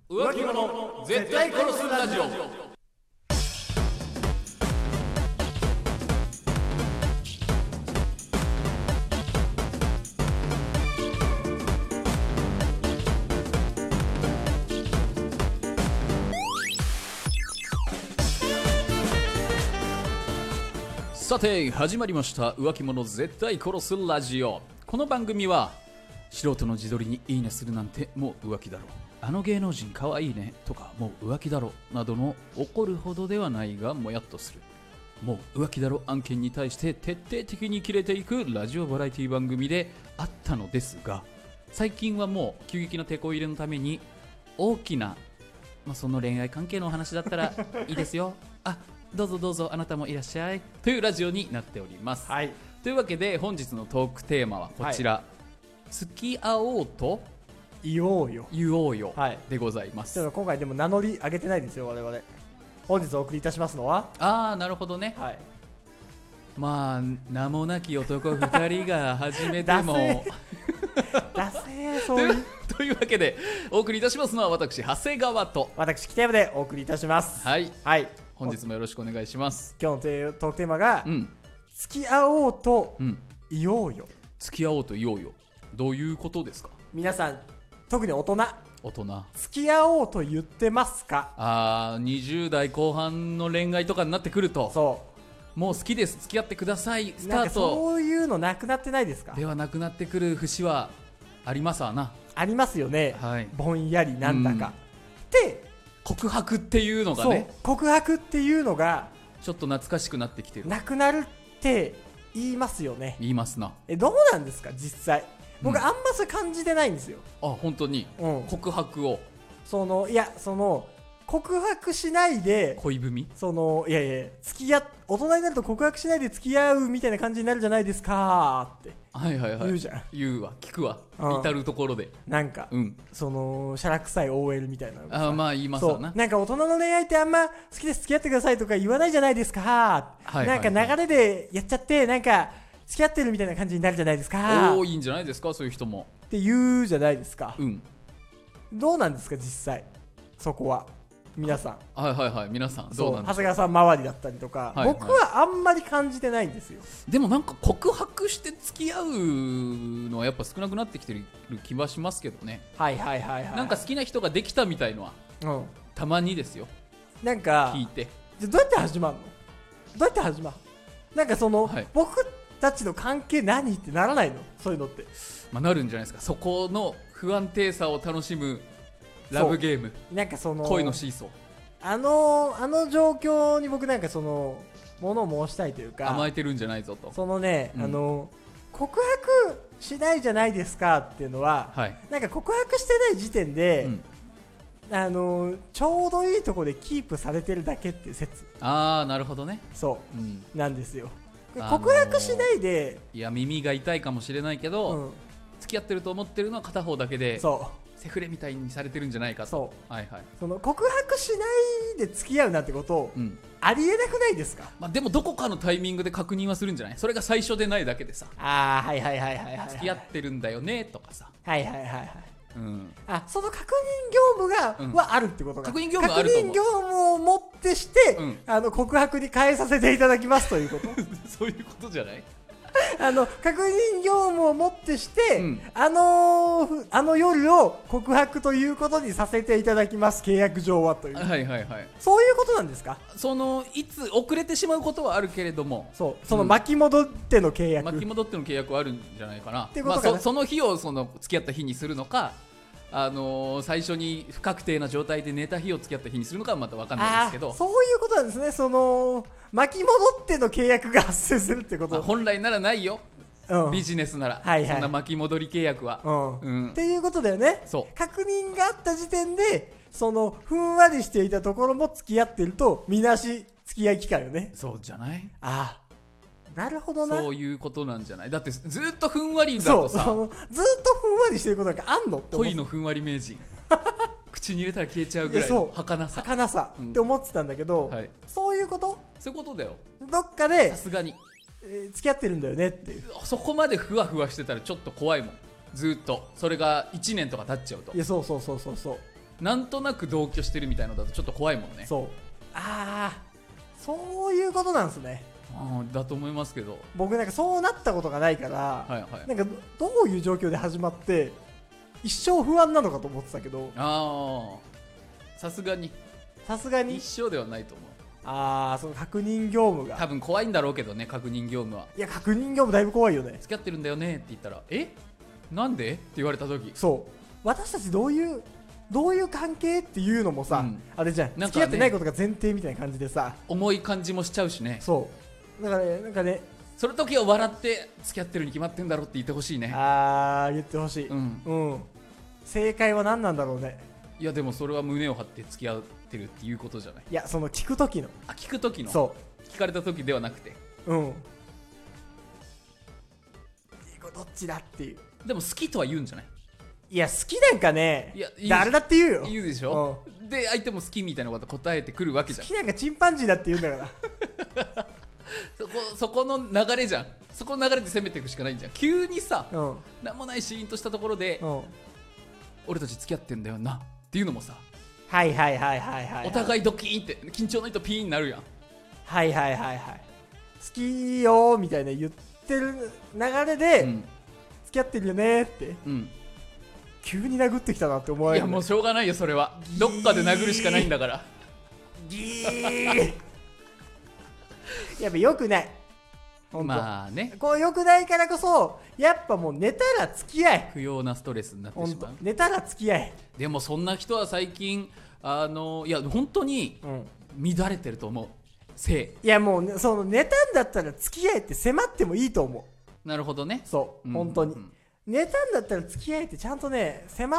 浮気者絶対殺すラジオ。さて始まりました浮気者絶対殺すラジオ。この番組は素人の自撮りにいいねするなんてもう浮気だろ、あの芸能人かわいいねとかもう浮気だろなどの怒るほどではないがもやっとするもう浮気だろ案件に対して徹底的に切れていくラジオバラエティ番組であったのですが、最近はもう急激な抵抗入れのために大きな、その恋愛関係のお話だったらいいですよあ、どうぞどうぞあなたもいらっしゃいというラジオになっております、 はい、 というわけで本日のトークテーマはこちら、付き合おうと言おうよでございます、 ちょっと今回でも名乗り上げてないですよ我々。本日お送りいたしますのはなるほどね、名もなき男2人が始めてもダセーそういうというわけでお送りいたしますのは私長谷川と私北山でお送りいたします。 はい、本日もよろしくお願いします。 今日のトークテーマが、付き合おうと言おうよ、 付き合おうと言おうよ、どういうことですか？ 皆さん特に大人付き合おうと言ってますか ？20代後半の恋愛とかになってくると、そうもう好きです付き合ってくださいスタート、なんかそういうのなくなってないですか？ ではなくなってくる節はありますわな。 ありますよね、ぼんやりなんだか、で告白っていうのがね、 告白っていうのがちょっと懐かしくなってきてる。 なくなるって言いますよね。 言いますな。 どうなんですか実際。僕、あんまそれ感じてないんですよ。 本当に、告白を告白しないで恋文付き合大人になると告白しないで付き合うみたいな感じになるじゃないですかって言うじゃん。 言うわ、聞くわ、至るところでなんか、シャラ臭い OL みたいなの言いますわな。 なんか大人の恋愛ってあんま好きです付き合ってくださいとか言わないじゃないですか、なんか流れでやっちゃってなんか付き合ってるみたいな感じになるじゃないですか。 いいんじゃないですか、そういう人もって言うじゃないですか。どうなんですか実際そこは。皆さん皆さんどうなんですか？長谷川さん周りだったりとか、僕はあんまり感じてないんですよ。 でもなんか告白して付き合うのはやっぱ少なくなってきてる気はしますけどね。なんか好きな人ができたみたいのは、たまにですよ。なんか聞いて、 じゃどうやって始まるの？どうやって始まる？なんか僕たちの関係何ってならないの？そういうのって、 なるんじゃないですか。そこの不安定さを楽しむラブゲーム、 なんか恋のシーソー、 あの状況に僕なんか物を申したいというか、 甘えてるんじゃないぞと。 告白しないじゃないですかっていうのは、なんか告白してない時点で、ちょうどいいところでキープされてるだけっていう説。 なるほどね。 なんですよ。告白しないで、 耳が痛いかもしれないけど、付き合ってると思ってるのは片方だけで、セフレみたいにされてるんじゃないかと。 告白しないで付き合うなんてこと、ありえなくないですか？ でもどこかのタイミングで確認はするんじゃない？それが最初でないだけでさ、付き合ってるんだよねとかさ、 その確認業務が、はあるってことか。 確認業務あると思う。 確認業務をもってして、告白に変えさせていただきますということそういうことじゃない？ 確認業務をもってして、あの夜を告白ということにさせていただきます契約上はという、そういうことなんですか？ いつ遅れてしまうことはあるけれども、 その巻き戻っての契約、 はあるんじゃないかな。その日を付き合った日にするのか、最初に不確定な状態で寝た日を付き合った日にするのかはまた分かんないですけど、 そういうことなんですね。巻き戻っての契約が発生するってこと、 本来ならないよ、ビジネスなら、そんな巻き戻り契約は、 っていうことだよね。確認があった時点でふんわりしていたところも付き合ってるとみなし付き合い期間よね。 そうじゃない？ なるほどな。 そういうことなんじゃない？だってずっとふんわりだとさ、 ずっとふんわりしてることなんかあんのって思う。 恋のふんわり名人口に入れたら消えちゃうぐらいの儚さって思ってたんだけど、そういうことだよ。どっかでさすがに付き合ってるんだよねっていう。 そこまでふわふわしてたらちょっと怖いもん。ずっとそれが1年とか経っちゃうと。 そうなんとなく同居してるみたいのだとちょっと怖いもんね。 そう、そういうことなんですね。 だと思いますけど、 僕なんかそうなったことがないから、 はいはい、 なんかどういう状況で始まって一生不安なのかと思ってたけど、 さすがに一生ではないと思う。 その確認業務が多分怖いんだろうけどね、確認業務は。 いや、確認業務だいぶ怖いよね。 付き合ってるんだよねって言ったら、なんでって言われた時、 そう、私たちどういう関係っていうのもさ、あれじゃん、 なんかね、 付き合ってないことが前提みたいな感じでさ、 重い感じもしちゃうしね。 そうだからね、なんかね、 その時は笑って付き合ってるに決まってんだろうって言ってほしいね。 言ってほしい。正解は何なんだろうね。 いやでもそれは胸を張って付き合ってるっていうことじゃない。 いや、その聞く時のそう聞かれた時ではなくて、 どっちだっていう。 でも好きとは言うんじゃない。 いや、好きなんかね、誰だって言うよ。 言うでしょ、で相手も好きみたいなこと答えてくるわけじゃん。 好きなんかチンパンジーだって言うんだからそこの流れじゃん。そこの流れで攻めていくしかないんじゃん。急にさ、なんもないシーンとしたところで、俺たち付き合ってんだよなっていうのもさ、お互いドキーンって緊張の糸ピーンになるやん。 好きよみたいな言ってる流れで、付き合ってるよねって、急に殴ってきたなって思われる。 いやもうしょうがないよ、それはどっかで殴るしかないんだから。 やっぱ良くない。 まあね、 こう良くないからこそ、やっぱもう寝たら付き合い、 不要なストレスになってしまう。 寝たら付き合い。 でもそんな人は最近いや本当に乱れてると思う。 いやもうその寝たんだったら付き合いって迫ってもいいと思う。 なるほどね。 そう、本当に、寝たんだったら付き合いってちゃんとね迫って、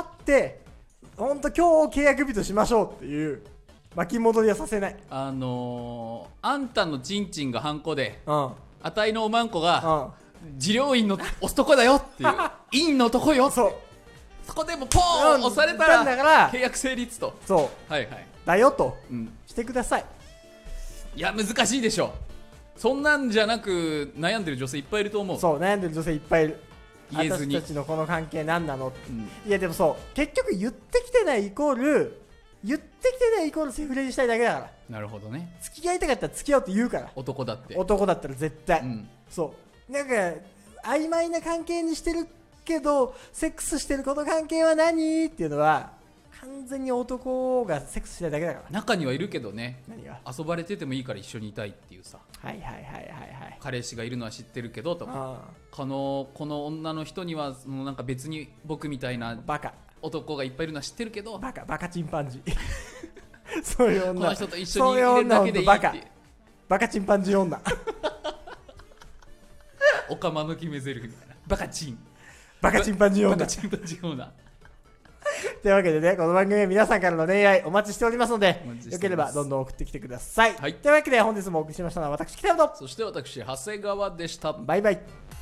本当今日契約日としましょうっていう巻き戻りはさせない。 あんたのチンチンがハンコで、あたいのおまんこが治療院の押すとこだよっていう院のとこよ。そこでもポーン押されたら契約成立と。だよと、してください。 いや難しいでしょ。そんなんじゃなく悩んでる女性いっぱいいると思う。 そう、悩んでる女性いっぱいいる。 言えずに私たちのこの関係何なのって、いやでもそう結局言ってきてないイコールセフレにしたいだけだから。 なるほどね。 付き合いたかったら付き合おうって言うから。 男だって絶対、そうなんか曖昧な関係にしてるけどセックスしてるこの関係は何っていうのは完全に男がセックスしたいだけだから。 中にはいるけどね。 何が遊ばれててもいいから一緒にいたいっていうさ。彼氏がいるのは知ってるけどとか、この女の人にはなんか別に僕みたいなバカ男がいっぱいいるのは知ってるけど、 バカチンパンジーそういう女、 この人と一緒にいるだけでいいっていうバカチンパンジー女おかまの決め台詞みたいな。バカチンパンジー女というわけでね、この番組は皆さんからの恋愛お待ちしておりますので、よければどんどん送ってきてください、というわけで本日もお送りしましたのは私北野と、 そして私長谷川でした。 バイバイ。